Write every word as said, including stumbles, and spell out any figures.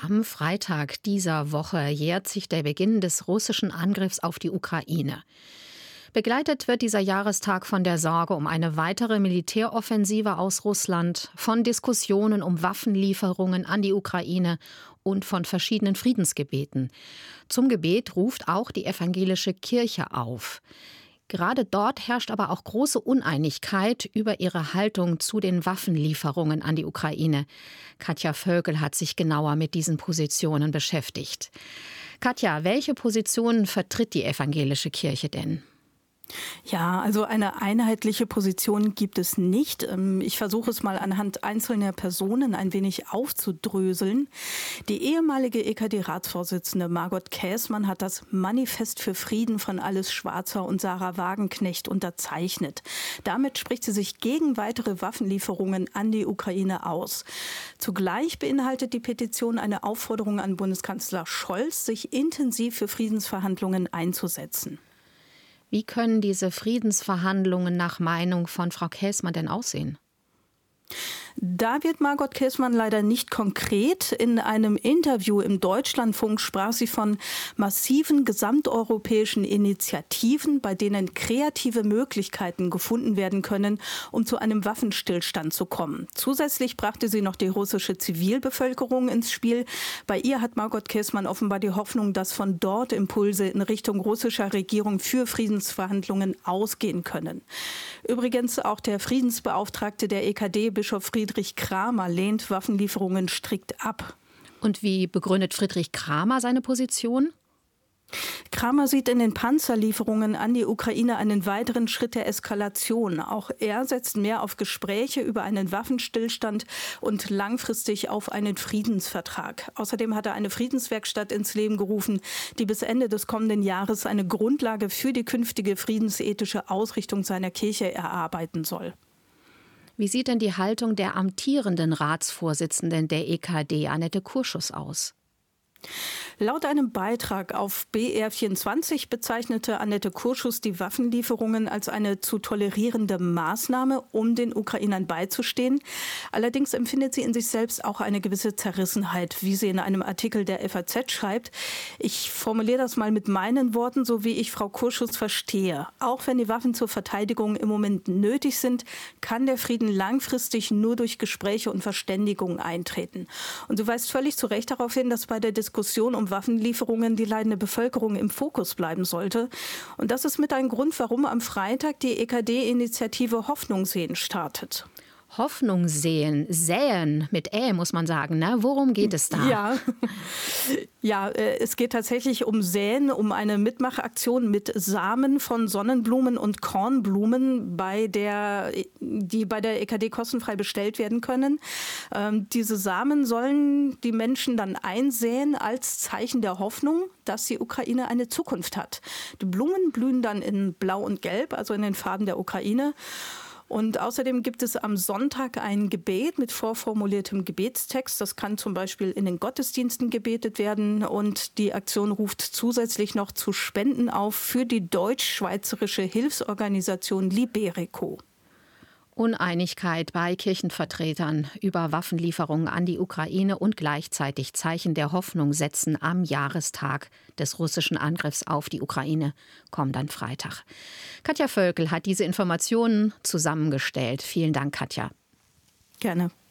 Am Freitag dieser Woche jährt sich der Beginn des russischen Angriffs auf die Ukraine. Begleitet wird dieser Jahrestag von der Sorge um eine weitere Militäroffensive aus Russland, von Diskussionen um Waffenlieferungen an die Ukraine und von verschiedenen Friedensgebeten. Zum Gebet ruft auch die evangelische Kirche auf. Gerade dort herrscht aber auch große Uneinigkeit über ihre Haltung zu den Waffenlieferungen an die Ukraine. Katja Völkel hat sich genauer mit diesen Positionen beschäftigt. Katja, welche Positionen vertritt die evangelische Kirche denn? Ja, also eine einheitliche Position gibt es nicht. Ich versuche es mal anhand einzelner Personen ein wenig aufzudröseln. Die ehemalige E K D-Ratsvorsitzende Margot Käßmann hat das Manifest für Frieden von Alice Schwarzer und Sarah Wagenknecht unterzeichnet. Damit spricht sie sich gegen weitere Waffenlieferungen an die Ukraine aus. Zugleich beinhaltet die Petition eine Aufforderung an Bundeskanzler Scholz, sich intensiv für Friedensverhandlungen einzusetzen. Wie können diese Friedensverhandlungen nach Meinung von Frau Käßmann denn aussehen? Da wird Margot Käßmann leider nicht konkret. In einem Interview im Deutschlandfunk sprach sie von massiven gesamteuropäischen Initiativen, bei denen kreative Möglichkeiten gefunden werden können, um zu einem Waffenstillstand zu kommen. Zusätzlich brachte sie noch die russische Zivilbevölkerung ins Spiel. Bei ihr hat Margot Käßmann offenbar die Hoffnung, dass von dort Impulse in Richtung russischer Regierung für Friedensverhandlungen ausgehen können. Übrigens auch der Friedensbeauftragte der E K D, Bischof Friedrich Kramer, lehnt Waffenlieferungen strikt ab. Und wie begründet Friedrich Kramer seine Position? Kramer sieht in den Panzerlieferungen an die Ukraine einen weiteren Schritt der Eskalation. Auch er setzt mehr auf Gespräche über einen Waffenstillstand und langfristig auf einen Friedensvertrag. Außerdem hat er eine Friedenswerkstatt ins Leben gerufen, die bis Ende des kommenden Jahres eine Grundlage für die künftige friedensethische Ausrichtung seiner Kirche erarbeiten soll. Wie sieht denn die Haltung der amtierenden Ratsvorsitzenden der E K D, Annette Kurschus, aus? Laut einem Beitrag auf B R vierundzwanzig bezeichnete Annette Kurschus die Waffenlieferungen als eine zu tolerierende Maßnahme, um den Ukrainern beizustehen. Allerdings empfindet sie in sich selbst auch eine gewisse Zerrissenheit, wie sie in einem Artikel der F A Z schreibt. Ich formuliere das mal mit meinen Worten, so wie ich Frau Kurschus verstehe. Auch wenn die Waffen zur Verteidigung im Moment nötig sind, kann der Frieden langfristig nur durch Gespräche und Verständigung eintreten. Und du weist völlig zu Recht darauf hin, dass bei der Diskussion um Waffenlieferungen die leidende Bevölkerung im Fokus bleiben sollte. Und das ist mit ein Grund, warum am Freitag die E K D-Initiative Hoffnung sehen startet. Hoffnung sehen, säen, mit Ä muss man sagen, ne? Worum geht es da? Ja, ja, es geht tatsächlich um Säen, um eine Mitmachaktion mit Samen von Sonnenblumen und Kornblumen, bei der, die bei der E K D kostenfrei bestellt werden können. Ähm, diese Samen sollen die Menschen dann einsäen als Zeichen der Hoffnung, dass die Ukraine eine Zukunft hat. Die Blumen blühen dann in Blau und Gelb, also in den Farben der Ukraine. Und außerdem gibt es am Sonntag ein Gebet mit vorformuliertem Gebetstext. Das kann zum Beispiel in den Gottesdiensten gebetet werden. Und die Aktion ruft zusätzlich noch zu Spenden auf für die deutsch-schweizerische Hilfsorganisation Liberico. Uneinigkeit bei Kirchenvertretern über Waffenlieferungen an die Ukraine und gleichzeitig Zeichen der Hoffnung setzen am Jahrestag des russischen Angriffs auf die Ukraine kommt dann Freitag. Katja Völkel hat diese Informationen zusammengestellt. Vielen Dank, Katja. Gerne.